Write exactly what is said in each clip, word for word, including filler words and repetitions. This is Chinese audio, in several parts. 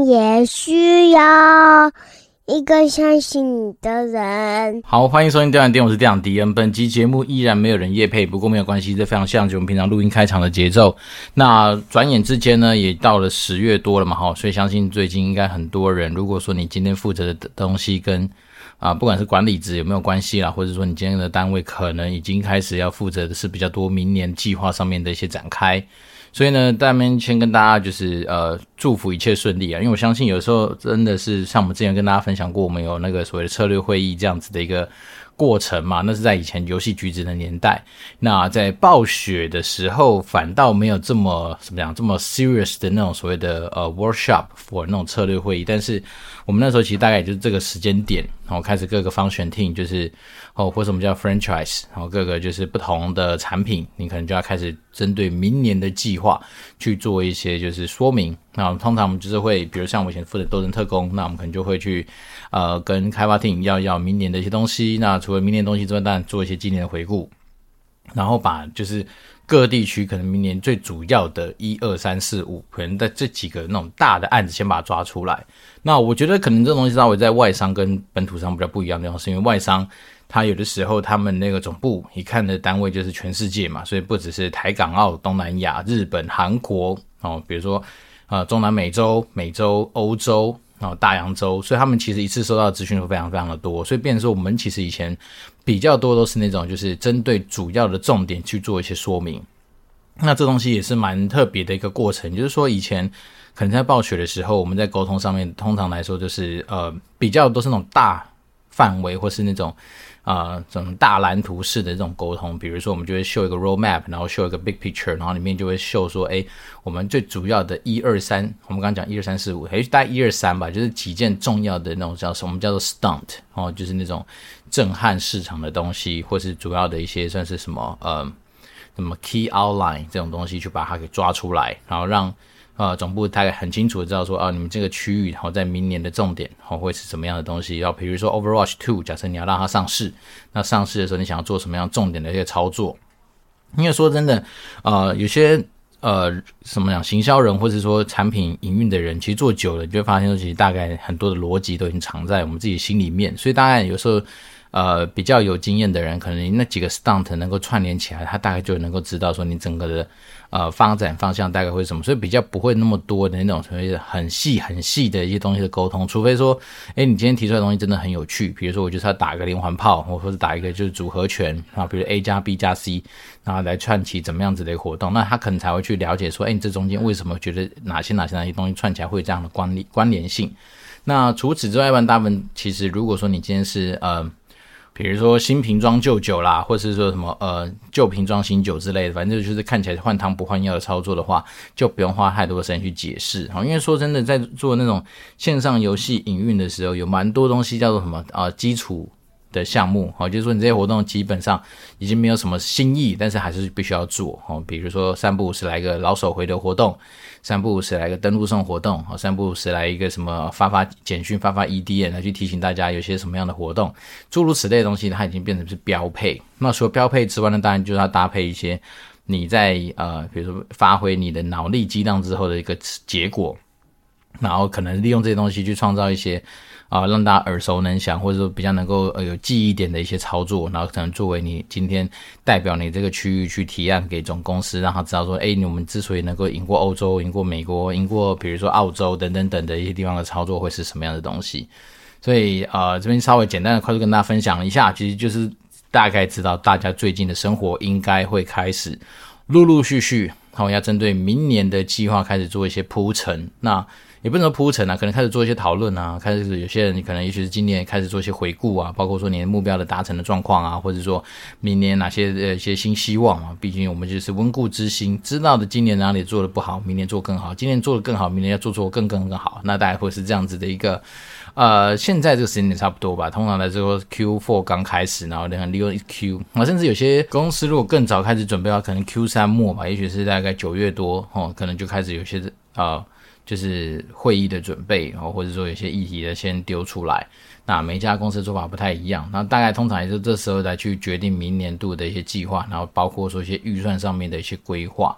也需要一个相信你的人。 好，欢迎收听调养店，我是调养迪恩。本集节目依然没有人业配，不过没有关系，这非常像我们平常录音开场的节奏。那转眼之间呢，也到了十月多了嘛，所以相信最近应该很多人，如果说你今天负责的东西跟啊，不管是管理职有没有关系啦，或者说你今天的单位可能已经开始要负责的是比较多明年计划上面的一些展开。所以呢，在那边先跟大家就是呃祝福一切顺利啊，因为我相信有时候真的是像我们之前跟大家分享过，我们有那个所谓的策略会议这样子的一个过程嘛，那是在以前游戏橘子的年代。那在暴雪的时候，反倒没有这么怎么讲这么 serious 的那种所谓的呃 workshop for 那种策略会议，但是我们那时候其实大概也就是这个时间点，然后开始各个function team就是哦或者我们叫 franchise， 然后各个就是不同的产品，你可能就要开始针对明年的计划去做一些就是说明。那通常我们就是会，比如像我以前负责斗争特工，那我们可能就会去呃跟开发 team 要要明年的一些东西。那除了明年的东西之外，当然做一些今年的回顾，然后把就是各地区可能明年最主要的一二三四五，可能在这几个那种大的案子先把它抓出来。那我觉得可能这种东西稍微在外商跟本土商比较不一样的地方，是因为外商他有的时候他们那个总部一看的单位就是全世界嘛，所以不只是台港澳东南亚日本韩国哦，比如说呃中南美洲美洲欧洲哦大洋洲，所以他们其实一次收到的资讯都非常非常的多，所以变成说我们其实以前比较多都是那种就是针对主要的重点去做一些说明。那这东西也是蛮特别的一个过程，就是说以前可能在暴雪的时候，我们在沟通上面通常来说就是呃比较都是那种大范围或是那种呃这种大蓝图式的这种沟通，比如说我们就会秀一个 roadmap， 然后秀一个 big picture， 然后里面就会秀说诶我们最主要的一二三，我们刚刚讲一二三四五，诶大概一二三吧，就是几件重要的那种叫什么我们叫做 stunt 哦，就是那种震撼市场的东西，或是主要的一些算是什么呃什么 key outline 这种东西去把它给抓出来，然后让呃总部大概很清楚的知道说啊你们这个区域然后在明年的重点然后会是什么样的东西。然后比如说 Overwatch 二， 假设你要让它上市，那上市的时候你想要做什么样重点的一些操作。因为说真的呃有些呃什么讲行销人或者说产品营运的人，其实做久了你就会发现说其实大概很多的逻辑都已经藏在我们自己心里面，所以大概有时候呃，比较有经验的人，可能那几个 stunt 能够串联起来，他大概就能够知道说你整个的呃发展方向大概会是什么，所以比较不会那么多的那种所谓的很细很细的一些东西的沟通，除非说，诶你今天提出来的东西真的很有趣，比如说我就是要打一个连环炮，或者是打一个就是组合拳啊，比如 A 加 B 加 C， 然后来串起怎么样子的一个活动，那他可能才会去了解说，诶你这中间为什么觉得哪些哪些哪些东西串起来会有这样的关联关联性。那除此之外，大部分其实如果说你今天是呃。比如说新瓶装旧酒啦，或是说什么呃旧瓶装新酒之类的，反正就是看起来换汤不换药的操作的话，就不用花太多的时间去解释。因为说真的，在做那种线上游戏营运的时候，有蛮多东西叫做什么啊、呃、基础的项目，就是说你这些活动基本上已经没有什么新意，但是还是必须要做。比如说三不五时来一个老手回流活动，三不五时来一个登录送活动，三不五时来一个什么发发简讯发发 E D M 来去提醒大家有些什么样的活动，诸如此类的东西它已经变成是标配。那除了标配之外呢，当然就是要搭配一些你在呃比如说发挥你的脑力激荡之后的一个结果，然后可能利用这些东西去创造一些啊、呃，让大家耳熟能详，或者说比较能够、呃、有记忆点的一些操作，然后可能作为你今天代表你这个区域去提案给总公司，让他知道说，诶我们之所以能够赢过欧洲、赢过美国、赢过比如说澳洲等等等的一些地方的操作会是什么样的东西。所以呃，这边稍微简单的快速跟大家分享一下，其实就是大概知道大家最近的生活应该会开始陆陆续续好要针对明年的计划开始做一些铺陈。那也不能说铺陈啊，可能开始做一些讨论啊，开始有些人你可能也许是今年开始做一些回顾啊，包括说你的目标的达成的状况啊，或者说明年哪些呃一些新希望啊，毕竟我们就是温故知新，知道的今年哪里做的不好，明年做更好，今年做的更好，明年要做做更更更好，那大概会是这样子的一个呃，现在这个时间点差不多吧，通常来说 Q 四 刚开始，然后利用 Q， 啊，甚至有些公司如果更早开始准备的话，可能 Q 三 末吧，也许是大概九月多哦，可能就开始有些呃就是会议的准备，或者说有些议题的先丢出来，那每一家公司做法不太一样，那大概通常也是这时候来去决定明年度的一些计划，然后包括说一些预算上面的一些规划。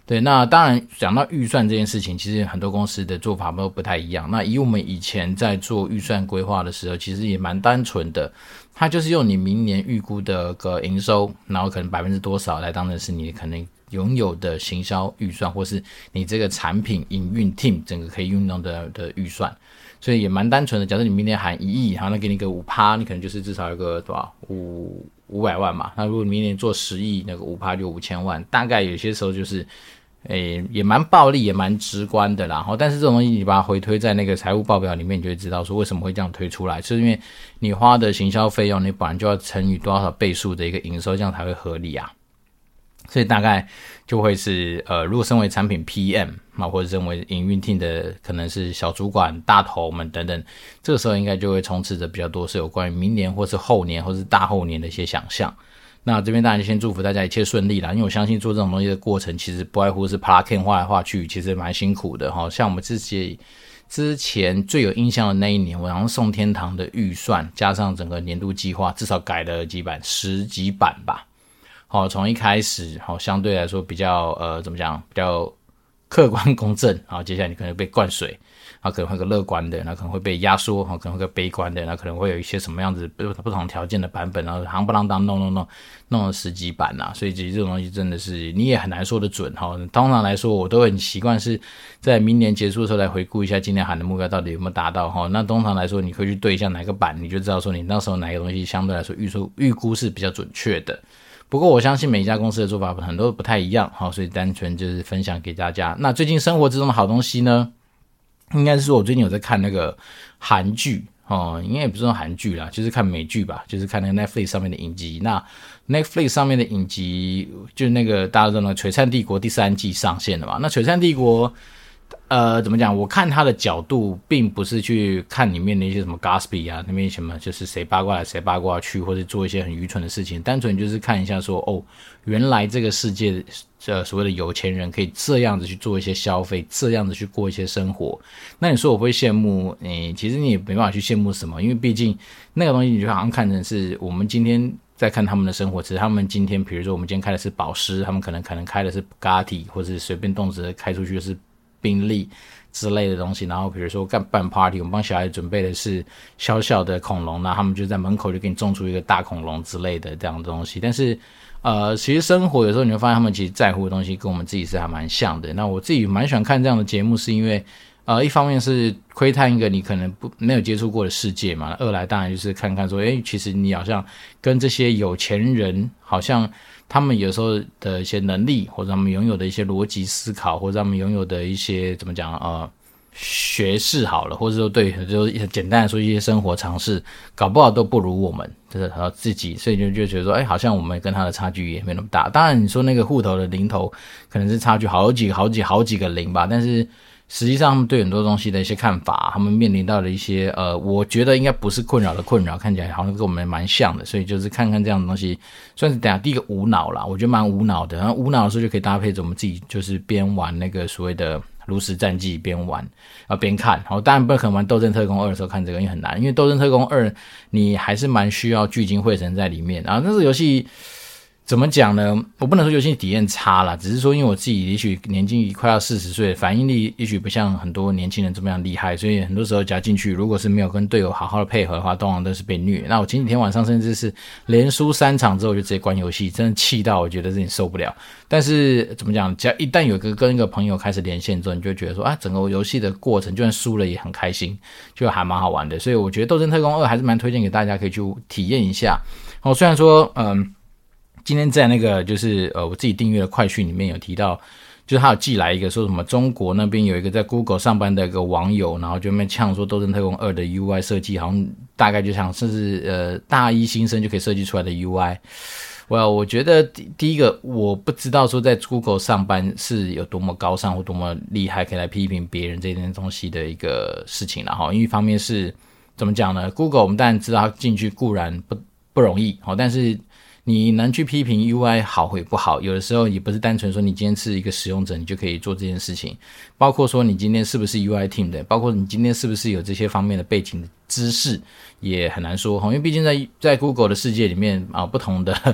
对，那当然讲到预算这件事情，其实很多公司的做法都不太一样。那以我们以前在做预算规划的时候，其实也蛮单纯的，它就是用你明年预估的个营收，然后可能百分之多少来当成是你可能拥有的行销预算，或是你这个产品营运 team 整个可以运用的的预算。所以也蛮单纯的，假设你明年喊一亿，好，那给你个 百分之五， 你可能就是至少有个多少五五百万嘛。那如果明年做十亿，那个 百分之五 就五千万，大概有些时候就是诶也蛮暴力也蛮直观的啦。但是这种东西你把它回推在那个财务报表里面，你就会知道说为什么会这样推出来，就是因为你花的行销费用你本来就要乘以多少倍数的一个营收，这样才会合理啊。所以大概就会是呃，如果身为产品 P M 啊，或者身为营运 team 的可能是小主管大头们等等，这个时候应该就会充斥着比较多是有关于明年或是后年或是大后年的一些想象。那这边当然就先祝福大家一切顺利啦，因为我相信做这种东西的过程其实不外乎是 plugin 画来画去，其实蛮辛苦的齁。像我们之前之前最有印象的那一年，我好像送天堂的预算加上整个年度计划至少改了几版，十几版吧。好，从一开始好相对来说比较呃怎么讲，比较客观公正，然后接下来你可能被灌水，然后可能会有个乐观的，然后可能会被压缩，可能会有个悲观的，然后可能会有一些什么样子不同条件的版本，然后行不啷当弄弄弄弄了十几版啊，所以其实这种东西真的是你也很难说得准哈。通常来说，我都很习惯是在明年结束的时候来回顾一下今年喊的目标到底有没有达到哈。那通常来说，你会去对一下哪个版，你就知道说你那时候哪个东西相对来说预估预估是比较准确的。不过我相信每一家公司的做法很多不太一样，好，所以单纯就是分享给大家。那最近生活之中的好东西呢，应该是说我最近有在看那个韩剧哦，应该也不是说韩剧啦，就是看美剧吧，就是看那个 Netflix 上面的影集。那 Netflix 上面的影集，就是那个大家都知道《璀璨帝国》第三季上线了嘛？那《璀璨帝国》呃，怎么讲？我看他的角度，并不是去看里面的一些什么 gossip 啊，那边什么就是谁八卦来谁八卦去，或者做一些很愚蠢的事情，单纯就是看一下说，哦，原来这个世界呃所谓的有钱人可以这样子去做一些消费，这样子去过一些生活。那你说我会羡慕？诶，其实你也没办法去羡慕什么，因为毕竟那个东西你就好像看成是我们今天在看他们的生活，只是他们今天，比如说我们今天开的是保时，他们可能可能开的是 Bugatti， 或是随便动辄开出去就是宾利之类的东西，然后比如说干办 party， 我们帮小孩准备的是小小的恐龙，那他们就在门口就给你种出一个大恐龙之类的这样的东西。但是呃，其实生活有时候你会发现他们其实在乎的东西跟我们自己是还蛮像的。那我自己蛮喜欢看这样的节目，是因为呃，一方面是窥探一个你可能不没有接触过的世界嘛，二来当然就是看看说，诶，其实你好像跟这些有钱人好像他们有时候的一些能力，或者他们拥有的一些逻辑思考，或者他们拥有的一些怎么讲呃学识好了，或者说对，就是简单的说一些生活常识，搞不好都不如我们，就是自己，所以就就觉得说，哎，好像我们跟他的差距也没那么大。当然，你说那个户头的零头可能是差距好几好几好几个零吧，但是实际上他们对很多东西的一些看法，他们面临到的一些呃，我觉得应该不是困扰的困扰，看起来好像跟我们蛮像的，所以就是看看这样的东西，算是等下第一个无脑啦，我觉得蛮无脑的。然后无脑的时候就可以搭配着我们自己，就是边玩那个所谓的炉石战记边玩啊边看。好，当然不可能玩斗阵特工二的时候看这个，因为很难，因为斗阵特工二你还是蛮需要聚精会神在里面。然后那个游戏怎么讲呢？我不能说游戏体验差啦，只是说因为我自己也许年纪快要四十岁，反应力也许不像很多年轻人这么样厉害，所以很多时候加进去，如果是没有跟队友好好的配合的话，通常都是被虐。那我前几天晚上甚至是连输三场之后就直接关游戏，真的气到我觉得自己受不了。但是怎么讲，只要一旦有一个跟一个朋友开始连线之后，你就会觉得说啊，整个游戏的过程就算输了也很开心，就还蛮好玩的。所以我觉得斗阵特工二还是蛮推荐给大家可以去体验一下。哦，虽然说嗯。今天在那个就是呃我自己订阅的快讯里面有提到，就是他有寄来一个说什么中国那边有一个在 Google 上班的一个网友，然后就在那边呛说斗阵特工二的 U I 设计好像大概就像甚至呃大一新生就可以设计出来的 U I。well, 我觉得第一个我不知道说在 Google 上班是有多么高尚或多么厉害可以来批评别人这件东西的一个事情啦齁。因为一方面是怎么讲呢， Google 我们当然知道它进去固然不不容易齁，但是你能去批评 U I 好或不好，有的时候也不是单纯说你今天是一个使用者你就可以做这件事情，包括说你今天是不是 U I team 的，包括你今天是不是有这些方面的背景的知识，也很难说，因为毕竟在在 Google 的世界里面啊，不同的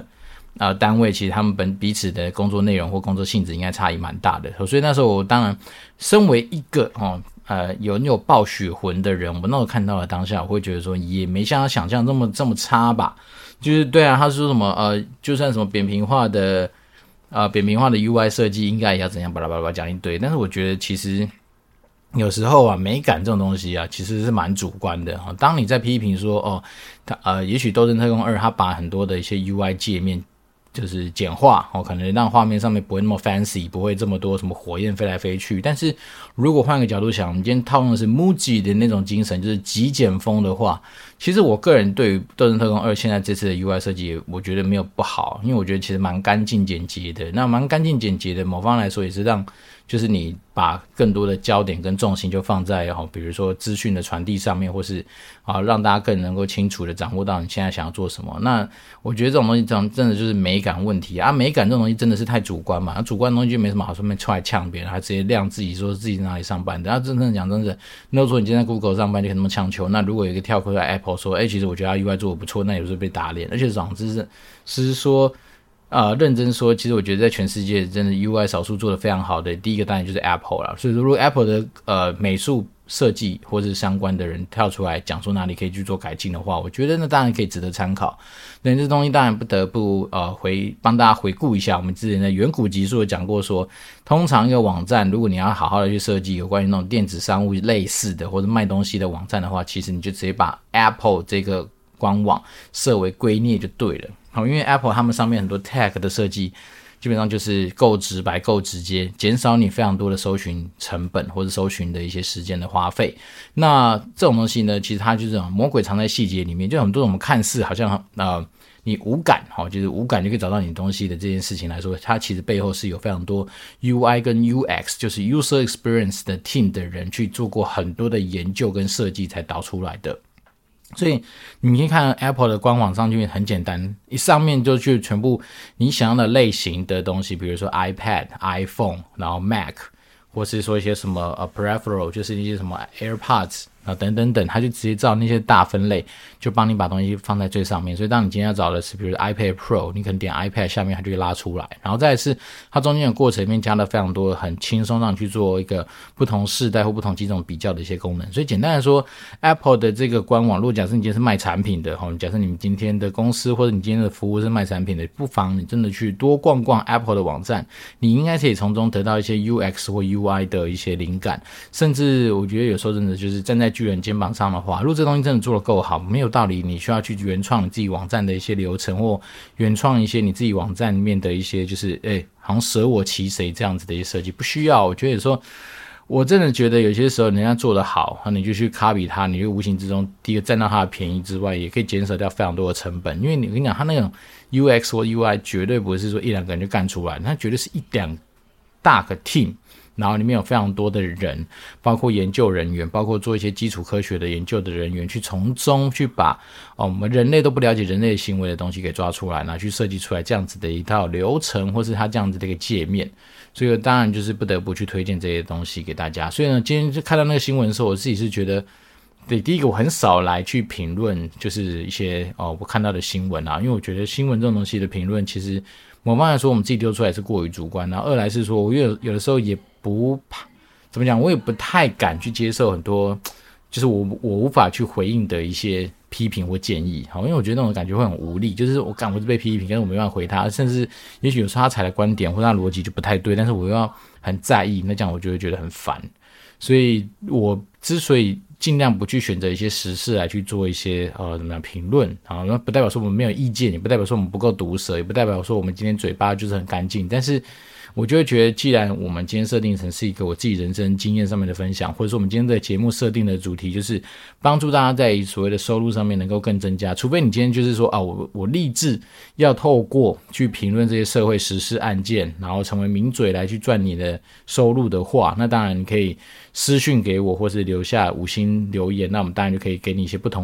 呃单位，其实他们本彼此的工作内容或工作性质应该差异蛮大的，所以那时候我当然身为一个哦呃有有暴血魂的人，我那时候看到了当下，我会觉得说也没像他想象这么这么差吧。就是对啊，他说什么呃，就算什么扁平化的呃扁平化的 U I 设计，应该也要怎样巴拉巴拉巴拉讲一堆。但是我觉得其实有时候啊，美感这种东西啊，其实是蛮主观的哈。当你在批评说哦，他呃，也许《斗阵特工二》他把很多的一些 U I 界面就是简化哦，可能让画面上面不会那么 fancy， 不会这么多什么火焰飞来飞去。但是如果换个角度想，我们今天套用的是 Muji 的那种精神，就是极简风的话，其实我个人对于《斗阵特工二》现在这次的 U I 设计，我觉得没有不好，因为我觉得其实蛮干净简洁的。那蛮干净简洁的，某方来说也是让就是你把更多的焦点跟重心就放在哦，比如说资讯的传递上面，或是啊让大家更能够清楚的掌握到你现在想要做什么。那我觉得这种东西真的就是美感问题啊，美感这种东西真的是太主观嘛，主观的东西就没什么好顺便出来呛别人，还直接亮自己说自己在哪里上班的。然后真正讲真的，那说你今天在 Google 上班就可以那么强求，那如果有一个跳出来 Apple 说，哎，其实我觉得他 U I 做得不错，那有时候被打脸。而且总之是是说。呃，认真说，其实我觉得在全世界真的 U I 少数做得非常好的，第一个当然就是 Apple 啦。所以如果 Apple 的呃美术设计或是相关的人跳出来讲说哪里可以去做改进的话，我觉得那当然可以值得参考。但这东西当然不得不呃回帮大家回顾一下，我们之前的远古集数有讲过说，通常一个网站如果你要好好的去设计有关于那种电子商务类似的或者卖东西的网站的话，其实你就直接把 Apple 这个官网设为归臬就对了。好，因为 Apple 他们上面很多 tag 的设计基本上就是够直白够直接，减少你非常多的搜寻成本或者搜寻的一些时间的花费。那这种东西呢，其实它就是魔鬼藏在细节里面，就很多我们看似好像呃你无感齁，就是无感就可以找到你东西的这件事情来说，它其实背后是有非常多 U I 跟 U X 就是 User Experience 的 team 的人去做过很多的研究跟设计才导出来的。所以你可以看 Apple 的官网上去很简单，一上面就去全部你想要的类型的东西，比如说 iPad、iPhone， 然后 Mac， 或是说一些什么呃 peripheral， 就是一些什么 AirPods啊等等等，它就直接照那些大分类，就帮你把东西放在最上面。所以当你今天要找的是比如说 iPad Pro， 你可能点 iPad 下面它就会拉出来，然后再来是它中间的过程里面加了非常多很轻松让你去做一个不同世代或不同机种比较的一些功能。所以简单来说 Apple 的这个官网，如果假设你今天是卖产品的，假设你们今天的公司或者你今天的服务是卖产品的，不妨你真的去多逛逛 Apple 的网站，你应该可以从中得到一些 U X 或 U I 的一些灵感。甚至我觉得有时候真的就是站在巨人肩膀上的话，如果这东西真的做得够好，没有道理你需要去原创你自己网站的一些流程，或原创一些你自己网站里面的一些就是诶好像舍我其谁这样子的一些设计，不需要。我觉得有时候我真的觉得有些时候人家做得好，你就去 copy 他，你就无形之中第一个占到他的便宜之外，也可以减少掉非常多的成本。因为你跟你讲他那种 U X 或 U I 绝对不是说一两个人就干出来，他绝对是一两大个 team，然后里面有非常多的人，包括研究人员，包括做一些基础科学的研究的人员，去从中去把哦我们人类都不了解人类行为的东西给抓出来，然后去设计出来这样子的一套流程，或是它这样子的一个界面。所以当然就是不得不去推荐这些东西给大家。所以呢，今天就看到那个新闻的时候，我自己是觉得对，第一个我很少来去评论就是一些哦我看到的新闻啊，因为我觉得新闻这种东西的评论其实某方面来说我们自己丢出来是过于主观，然后二来是说我有有的时候也不怕怎么讲，我也不太敢去接受很多就是我我无法去回应的一些批评或建议，好，因为我觉得那种感觉会很无力，就是我感我是被批评，但是我没办法回他，甚至也许有时候他采的观点或他逻辑就不太对，但是我又要很在意，那这样我就会觉得很烦。所以我之所以尽量不去选择一些时事来去做一些呃怎么样评论啊，那不代表说我们没有意见，也不代表说我们不够毒舌，也不代表说我们今天嘴巴就是很干净，但是我就会觉得，既然我们今天设定成是一个我自己人生经验上面的分享，或者说我们今天的节目设定的主题就是帮助大家在所谓的收入上面能够更增加，除非你今天就是说啊，我我立志要透过去评论这些社会时事案件，然后成为名嘴来去赚你的收入的话，那当然你可以私讯给我，或是留下五星留言，那我们当然就可以给你一些不同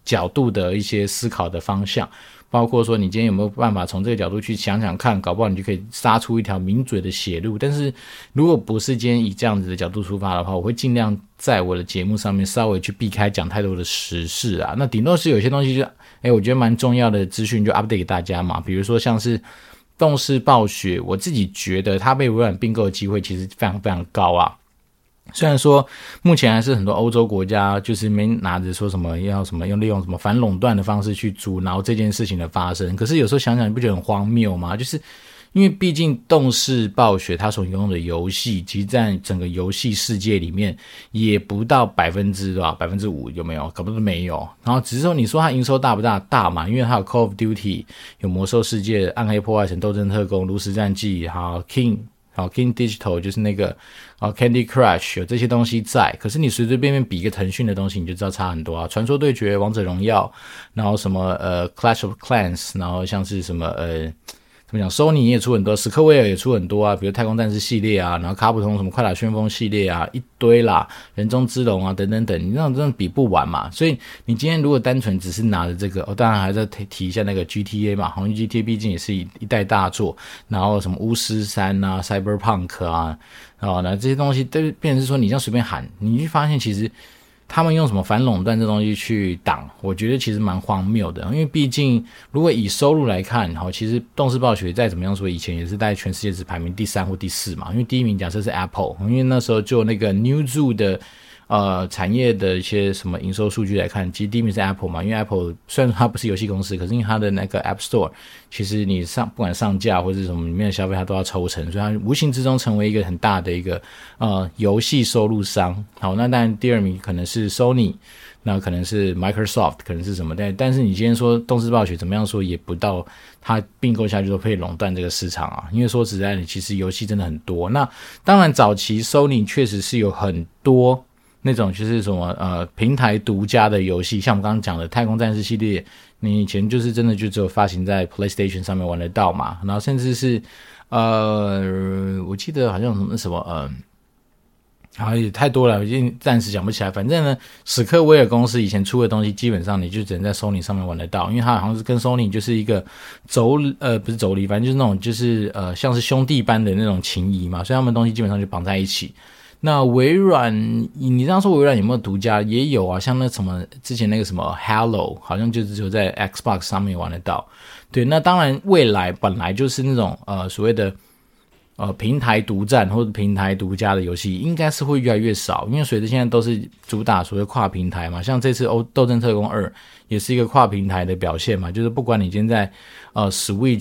角度的一些思考的方向，包括说你今天有没有办法从这个角度去想想看，搞不好你就可以杀出一条名嘴的血路。但是如果不是今天以这样子的角度出发的话，我会尽量在我的节目上面稍微去避开讲太多的时事啊，那顶多是有些东西就诶我觉得蛮重要的资讯就 update 给大家嘛，比如说像是动视暴雪，我自己觉得它被微软并购的机会其实非常非常高啊。虽然说目前还是很多欧洲国家就是没拿着说什么要什么用利用什么反垄断的方式去阻挠这件事情的发生，可是有时候想想你不觉得很荒谬吗？就是因为毕竟动视暴雪它所拥有的游戏其实在整个游戏世界里面也不到百分之多少百分之五有没有？搞不好没有。然后只是说你说它营收大不大？大嘛，因为它有 Call of Duty， 有魔兽世界、暗黑破坏神、斗争特工、炉石战记，还有 King。好 King Digital 就是那个啊 Candy Crush 有这些东西在，可是你随随便便比一个腾讯的东西你就知道差很多啊，传说对决、王者荣耀，然后什么呃 Clash of Clans， 然后像是什么呃怎么讲 Sony 也出很多，史克威尔也出很多啊，比如太空战士系列啊，然后卡普通什么快打旋风系列啊，一堆啦，人中之龙啊等等等，你这种真的比不完嘛。所以你今天如果单纯只是拿着这个，哦，当然还是要提一下那个 G T A 嘛，好像 G T A 毕竟也是一一代大作，然后什么巫师三啊 Cyberpunk 啊，然后呢这些东西都变成是说你这样随便喊，你就发现其实他们用什么反垄断这东西去挡，我觉得其实蛮荒谬的。因为毕竟如果以收入来看，其实动视暴雪再怎么样说以前也是在全世界只排名第三或第四嘛，因为第一名假设是 Apple， 因为那时候就那个 Newzoo 的呃产业的一些什么营收数据来看，其实第一名是 Apple 嘛，因为 Apple 虽然它不是游戏公司，可是因为它的那个 App Store 其实你上不管上架或者什么里面的消费它都要抽成，所以它无形之中成为一个很大的一个呃游戏收入商。好，那当然第二名可能是 Sony， 那可能是 Microsoft， 可能是什么，但但是你今天说动视暴雪怎么样说也不到它并购下去都可以垄断这个市场啊，因为说实在的其实游戏真的很多。那当然早期 Sony 确实是有很多那种就是什么呃平台独家的游戏，像我们刚刚讲的太空战士系列，你以前就是真的就只有发行在 PlayStation 上面玩得到嘛，然后甚至是呃我记得好像什么什么呃好也太多了，我已经暂时讲不起来。反正呢，史克威尔公司以前出的东西，基本上你就只能在 Sony 上面玩得到，因为它好像是跟 Sony 就是一个妯呃不是妯娌，反正就是那种就是呃像是兄弟般的那种情谊嘛，所以他们东西基本上就绑在一起。那微软，你这样说微软有没有独家？也有啊，像那什么之前那个什么 Halo， 好像就只有在 Xbox 上面玩得到。对，那当然未来本来就是那种呃所谓的呃平台独占或者平台独家的游戏，应该是会越来越少，因为随着现在都是主打所谓跨平台嘛，像这次欧斗争特工二也是一个跨平台的表现嘛，就是不管你今天在呃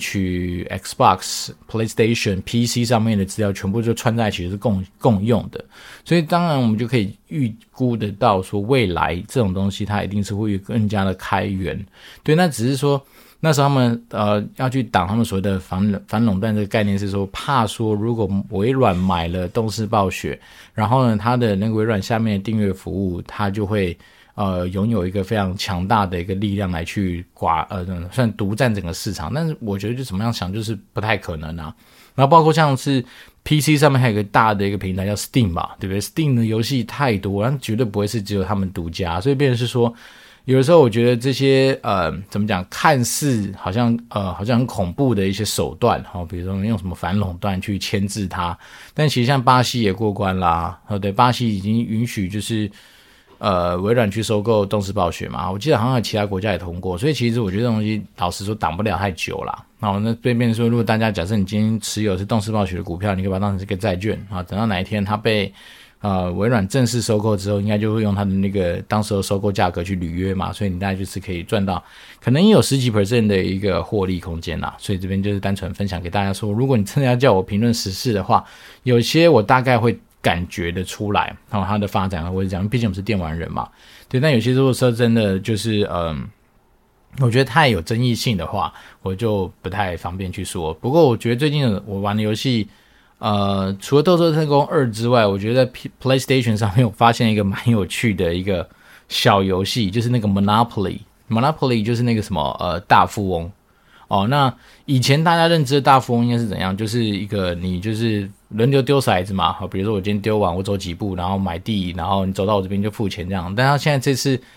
Switch、Xbox、PlayStation、P C 上面的资料全部就串在一起，就是共共用的，所以当然我们就可以预估得到说未来这种东西它一定是会更加的开源。对，那只是说那时候他们呃要去挡他们所谓的反反垄断这个概念，是说怕说如果微软买了动视暴雪，然后呢它的那个微软下面的订阅服务，它就会呃拥有一个非常强大的一个力量来去寡呃算独占整个市场。但是我觉得就怎么样想就是不太可能啊。然后包括像是 P C 上面还有一个大的一个平台叫 Steam 吧，对不对？ Steam 的游戏太多，然后绝对不会是只有他们独家，所以变成是说有的时候我觉得这些呃怎么讲，看似好像呃好像很恐怖的一些手段，哦，比如说用什么反垄断去牵制它，但其实像巴西也过关啦，哦对，巴西已经允许就是呃微软去收购动视暴雪嘛，我记得好像有其他国家也通过，所以其实我觉得这东西老实说挡不了太久啦。好，那对面说，如果大家假设你今天持有是动视暴雪的股票，你可以把它当成是个债券啊，等到哪一天它被呃微软正式收购之后，应该就会用它的那个当时的收购价格去履约嘛，所以你大概就是可以赚到可能也有十几 percent 的一个获利空间啦。所以这边就是单纯分享给大家说，如果你真的要叫我评论时事的话，有些我大概会感觉得出来，然后它的发展或者讲，毕竟我们是电玩人嘛，对。但有些如果说真的就是嗯。我觉得太有争议性的话，我就不太方便去说。不过我觉得最近我玩的游戏呃，除了斗争特工二之外，我觉得在 PlayStation 上面我发现一个蛮有趣的一个小游戏，就是那个 Monopoly Monopoly 就是那个什么呃大富翁哦。那以前大家认知的大富翁应该是怎样，就是一个你就是轮流丢骰子嘛，比如说我今天丢完我走几步然后买地，然后你走到我这边就付钱这样。但他现在这次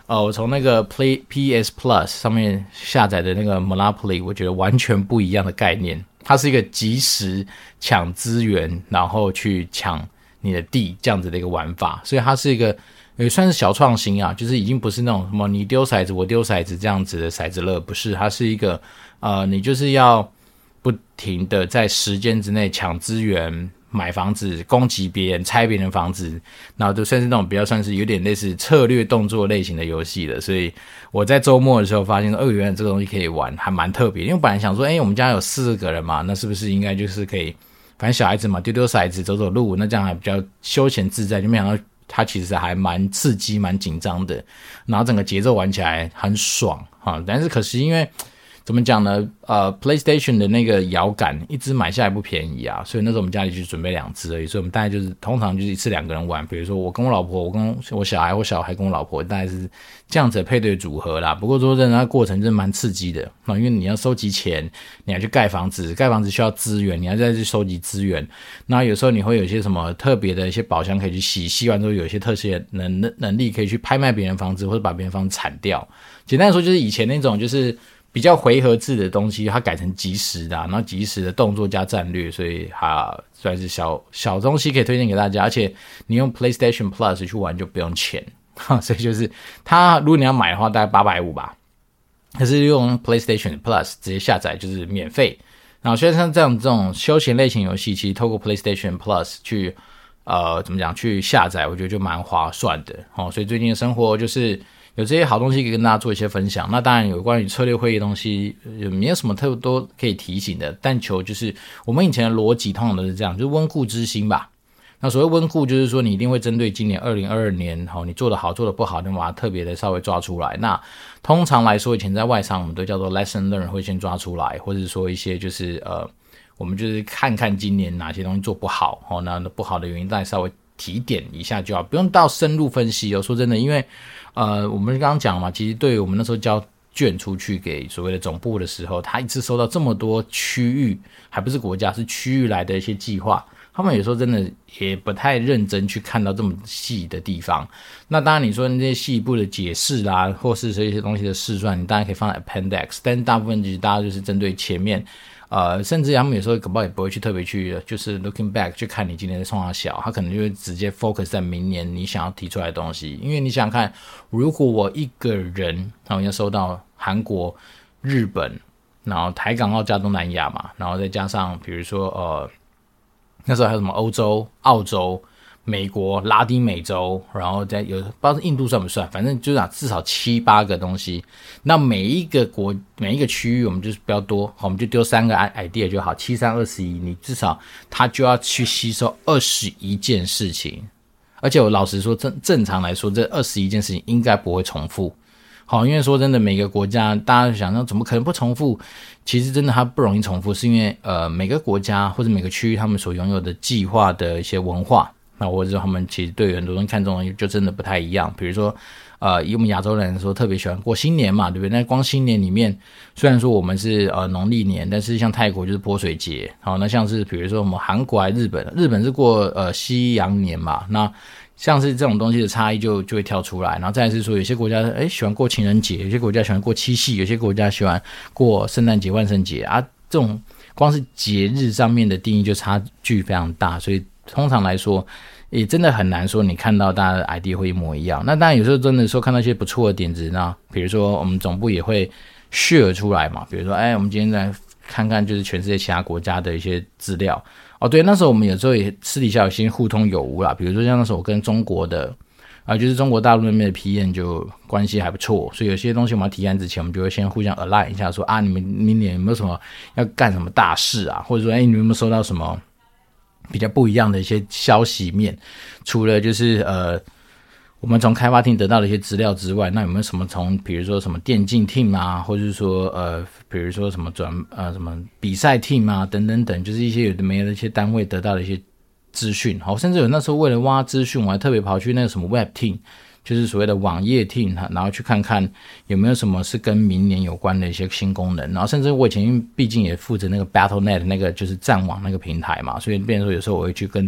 呃，我从那个 Play P S Plus 上面下载的那个 Monopoly， 我觉得完全不一样的概念。它是一个即时抢资源，然后去抢你的地这样子的一个玩法，所以它是一个也算是小创新啊，就是已经不是那种什么你丢骰子我丢骰子这样子的骰子乐，不是，它是一个呃，你就是要不停的在时间之内抢资源。买房子、攻击别人、拆别人房子，然后就算是那种比较算是有点类似策略动作类型的游戏了。所以我在周末的时候发现说，哦，原来这个东西可以玩，还蛮特别。因为我本来想说，哎，我们家有四个人嘛，那是不是应该就是可以，反正小孩子嘛，丢丢骰子、走走路，那这样还比较休闲自在。就没想到它其实还蛮刺激、蛮紧张的，然后整个节奏玩起来很爽哈。但是可惜因为。怎么讲呢？呃 ，PlayStation 的那个摇杆一支买下来不便宜啊，所以那时候我们家里就准备两支而已，所以我们大概就是通常就是一次两个人玩，比如说我跟我老婆，我跟我小孩，我小孩跟我老婆，大概是这样子的配对组合啦。不过说真的，那过程真的蛮刺激的啊，因为你要收集钱，你要去盖房子，盖房子需要资源，你要再去收集资源，那有时候你会有一些什么特别的一些宝箱可以去洗，洗完之后有一些特殊能能力可以去拍卖别人房子或者把别人房子铲掉。简单的说，就是以前那种就是比较回合制的东西，它改成即时的、啊，然后即时的动作加战略，所以它算是小小东西可以推荐给大家。而且你用 PlayStation Plus 去玩就不用钱，所以就是它如果你要买的话，大概八百五十吧。可是用 PlayStation Plus 直接下载就是免费。然后所以像这样这种休闲类型游戏，其实透过 PlayStation Plus 去呃怎么讲去下载，我觉得就蛮划算的哦。所以最近的生活就是有这些好东西可以跟大家做一些分享。那当然有关于策略会议的东西也没有什么特别多可以提醒的，但求就是我们以前的逻辑通常都是这样，就是温故知新吧。那所谓温故就是说你一定会针对今年二零二二年你做得好做得不好，就把它特别的稍微抓出来。那通常来说以前在外商我们都叫做 lesson learn 会先抓出来，或者说一些就是呃我们就是看看今年哪些东西做不好，哦，那不好的原因再稍微提点一下就好，不用到深入分析哦。说真的，因为呃我们刚刚讲嘛，其实对于我们那时候交卷出去给所谓的总部的时候，他一次收到这么多区域，还不是国家，是区域来的一些计划，他们有时候真的也不太认真去看到这么细的地方。那当然你说那些细部的解释啦，或是这些东西的试算，你当然可以放在 appendix， 但大部分其实大家就是针对前面呃，甚至他们有时候搞不好也不会去特别去就是 looking back 去看你今年的冲他小，他可能就会直接 focus 在明年你想要提出来的东西。因为你想想看，如果我一个人然后要收到韩国、日本，然后台港澳加东南亚嘛，然后再加上比如说呃那时候还有什么欧洲、澳洲、美国、拉丁美洲，然后再有不知道是印度算不算，反正就是至少七八个东西。那每一个国每一个区域我们就是不要多，我们就丢三个 idea 就好，七三二十一，你至少他就要去吸收二十一件事情。而且我老实说，正正常来说，这二十一件事情应该不会重复。好，因为说真的，每个国家大家想说怎么可能不重复？其实真的它不容易重复，是因为呃每个国家或者每个区域他们所拥有的计划的一些文化，那或者说他们其实对很多人看重的就真的不太一样。比如说呃以我们亚洲人来说，特别喜欢过新年嘛，对不对？那光新年里面，虽然说我们是呃农历年，但是像泰国就是泼水节，好，那像是比如说我们韩国还日本，日本是过呃西洋年嘛，那像是这种东西的差异就就会跳出来。然后再来是说有些国家诶喜欢过情人节，有些国家喜欢过七夕，有些国家喜欢过圣诞节、万圣节啊，这种光是节日上面的定义就差距非常大，所以通常来说也真的很难说你看到大家的 idea 会一模一样。那当然有时候真的说看到一些不错的点子，那比如说我们总部也会 share 出来嘛，比如说哎我们今天来看看就是全世界其他国家的一些资料。哦，对，那时候我们有时候也私底下有些互通有无啦，比如说像那时候我跟中国的啊、呃，就是中国大陆那边的 P M 就关系还不错，所以有些东西我们要提案之前，我们就会先互相 align 一下说，啊，你们明年有没有什么要干什么大事啊，或者说哎，你们有没有收到什么比较不一样的一些消息面？除了就是呃我们从开发 team 得到的一些资料之外，那有没有什么从比如说什么电竞 team 啊，或者是说呃比如说什么转呃什么比赛 team 啊等等等，就是一些有的没的一些单位得到的一些资讯。好，甚至有那时候为了挖资讯，我还特别跑去那个什么 web team， 就是所谓的网页 team， 然后去看看有没有什么是跟明年有关的一些新功能。然后甚至我以前因为毕竟也负责那个 Battle dot net 那个就是战网那个平台嘛，所以变成说有时候我会去跟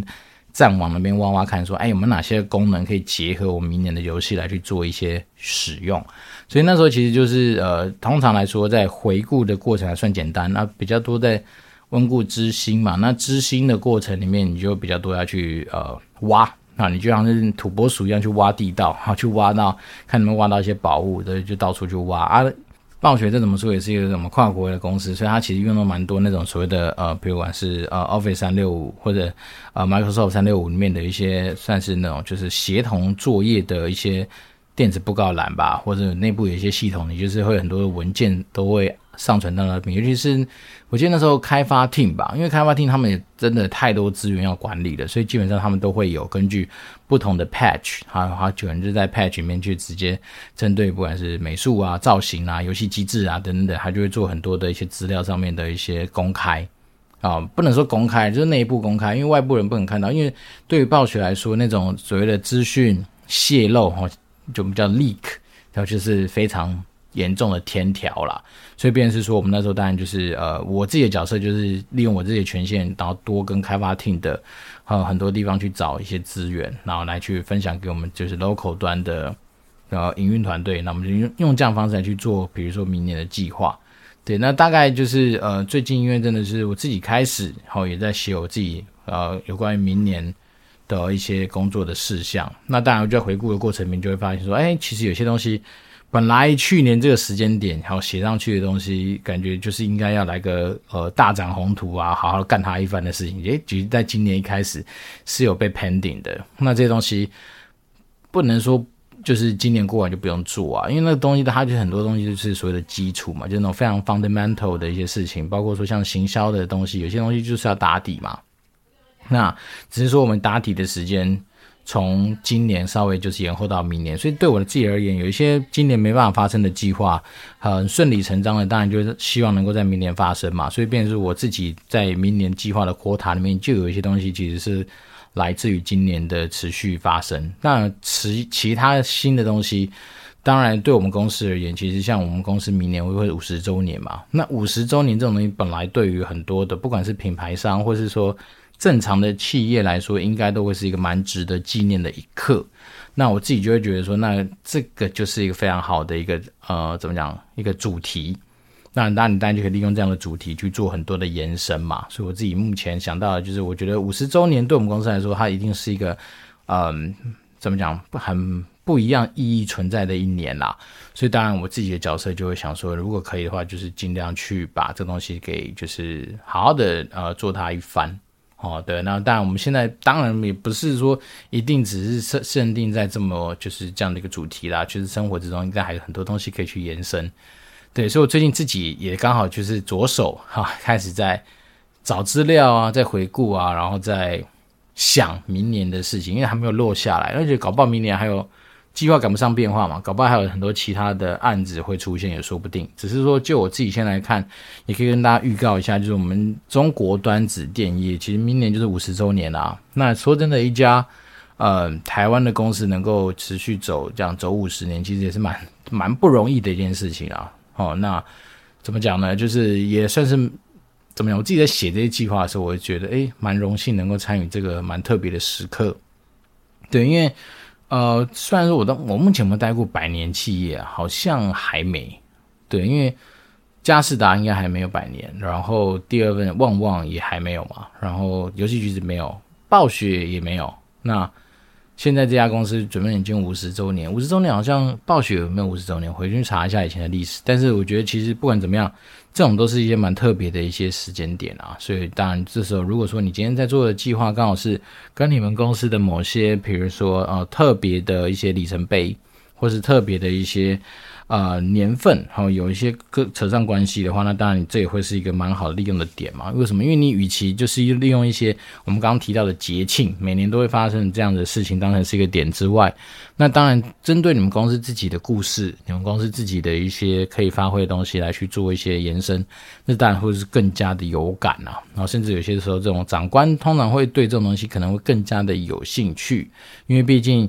战网那边挖挖看说，哎，有没有哪些功能可以结合我们明年的游戏来去做一些使用。所以那时候其实就是呃，通常来说在回顾的过程还算简单，那比较多在温故知新嘛，那知新的过程里面你就比较多要去呃挖，那你就像是土拨鼠一样去挖地道，去挖到看能不能挖到一些宝物，对，就到处去挖啊。暴雪这怎么说也是一个什么跨国的公司，所以它其实用了蛮多那种所谓的呃，比如管是呃 Office 三六五或者呃 Microsoft 三六五里面的一些算是那种就是协同作业的一些电子布告栏吧，或者内部有一些系统，你就是会很多的文件都会上传到那边，尤其是我记得那时候开发 team 吧，因为开发 team 他们也真的太多资源要管理了，所以基本上他们都会有根据不同的 patch， 还有他可能就在 patch 里面去直接针对不管是美术啊、造型啊、游戏机制啊等等的，他就会做很多的一些资料上面的一些公开啊，不能说公开，就是内部公开，因为外部人不能看到，因为对于暴雪来说，那种所谓的资讯泄露就叫 leak， 然后就是非常严重的天条啦，所以变成是说我们那时候当然就是呃，我自己的角色就是利用我自己的权限，然后多跟开发 team 的呃很多地方去找一些资源，然后来去分享给我们就是 local 端的呃营运团队，那我们就用用这样的方式来去做，比如说明年的计划。对，那大概就是呃最近因为真的是我自己开始，然后也在写我自己呃有关于明年的一些工作的事项。那当然我在回顾的过程里面就会发现说，哎，其实有些东西本来去年这个时间点还有写上去的东西，感觉就是应该要来个呃大展宏图啊，好好干他一番的事情，诶，其实在今年一开始是有被 pending 的。那这些东西不能说就是今年过完就不用做啊，因为那个东西它就很多东西就是所谓的基础嘛，就是那种非常 fundamental 的一些事情，包括说像行销的东西，有些东西就是要打底嘛。那只是说我们打底的时间从今年稍微就是延后到明年，所以对我的自己而言，有一些今年没办法发生的计划，很顺理成章的，当然就是希望能够在明年发生嘛。所以变成是我自己在明年计划的 quota 里面，就有一些东西其实是来自于今年的持续发生。那其其他新的东西，当然对我们公司而言，其实像我们公司明年会五十周年嘛，那五十周年这种东西本来对于很多的不管是品牌商或是说正常的企业来说，应该都会是一个蛮值得纪念的一刻。那我自己就会觉得说，那这个就是一个非常好的一个呃，怎么讲，一个主题。那当然你当然就可以利用这样的主题去做很多的延伸嘛。所以我自己目前想到的就是，我觉得五十周年对我们公司来说，它一定是一个嗯，怎么讲，很不一样意义存在的一年啦。所以当然我自己的角色就会想说，如果可以的话，就是尽量去把这东西给就是好好的呃做它一番。哦，对，那当然我们现在当然也不是说一定只是限定在这么就是这样的一个主题啦，就是生活之中应该还有很多东西可以去延伸。对，所以我最近自己也刚好就是着手哈，开始在找资料啊，在回顾啊，然后在想明年的事情，因为还没有落下来，而且搞不好明年还有计划赶不上变化嘛，搞不好还有很多其他的案子会出现也说不定。只是说就我自己先来看，也可以跟大家预告一下，就是我们中国端子电业其实明年就是五十周年啦。那说真的，一家呃台湾的公司能够持续走这样走五十年，其实也是蛮蛮不容易的一件事情啊。哦，那怎么讲呢？就是也算是怎么样？我自己在写这些计划的时候，我会觉得诶蛮荣幸能够参与这个蛮特别的时刻。对，因为呃，虽然说我我目前有没有待过百年企业啊，好像还没。对，因为佳士达应该还没有百年，然后第二份旺旺也还没有嘛，然后游戏橘子没有，暴雪也没有。那现在这家公司准备已经五十周年，五十周年好像暴雪有没有五十周年？回去查一下以前的历史。但是我觉得其实不管怎么样，这种都是一些蛮特别的一些时间点啊。所以当然这时候如果说你今天在做的计划刚好是跟你们公司的某些，比如说呃特别的一些里程碑，或是特别的一些呃年份，然后有一些扯上关系的话，那当然这也会是一个蛮好的利用的点嘛。为什么？因为你与其就是利用一些我们刚刚提到的节庆，每年都会发生这样的事情当成是一个点之外，那当然针对你们公司自己的故事，你们公司自己的一些可以发挥的东西来去做一些延伸，那当然会是更加的有感啊。然后甚至有些时候这种长官通常会对这种东西可能会更加的有兴趣，因为毕竟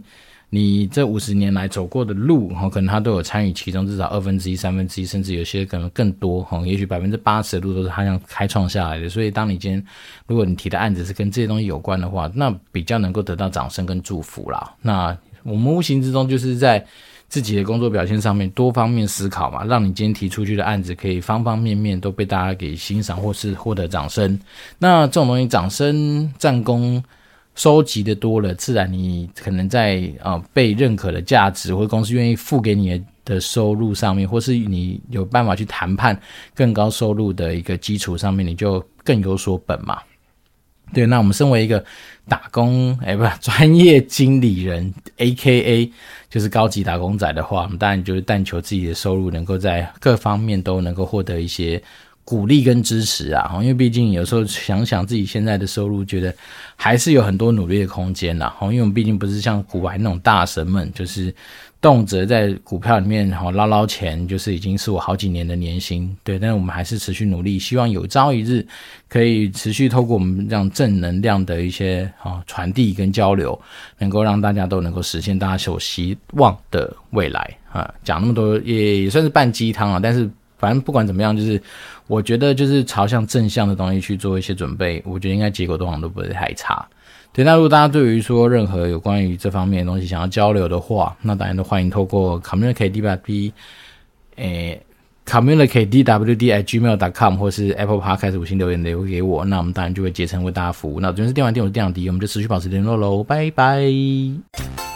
你这五十年来走过的路，可能他都有参与其中，至少二分之一、三分之一，甚至有些可能更多，也许百分之八十的路都是他这样开创下来的。所以当你今天如果你提的案子是跟这些东西有关的话，那比较能够得到掌声跟祝福啦。那我们无形之中就是在自己的工作表现上面多方面思考嘛，让你今天提出去的案子可以方方面面都被大家给欣赏或是获得掌声。那这种东西掌声战功收集的多了，自然你可能在呃被认可的价值或公司愿意付给你的收入上面，或是你有办法去谈判更高收入的一个基础上面，你就更有所本嘛。对，那我们身为一个打工哎不专业经理人 A K A 就是高级打工仔的话，我们当然就是但求自己的收入能够在各方面都能够获得一些鼓励跟支持啊，因为毕竟有时候想想自己现在的收入，觉得还是有很多努力的空间啦，因为我们毕竟不是像股外那种大神们，就是动辄在股票里面捞捞钱，就是已经是我好几年的年薪。对，但是我们还是持续努力，希望有朝一日可以持续透过我们这样正能量的一些传递跟交流，能够让大家都能够实现大家所希望的未来啊。讲那么多也也算是半鸡汤啊，但是反正不管怎么样，就是我觉得就是朝向正向的东西去做一些准备，我觉得应该结果通常都不会太差。对，那如果大家对于说任何有关于这方面的东西想要交流的话，那当然都欢迎透过 communicate.dwd 诶 communicate.dwd at gmail dot com 或是 Apple Podcast 五星留言留给我，那我们当然就会竭诚为大家服务。那这边是电玩店，我是电玩迪，我们就持续保持联络咯，拜拜。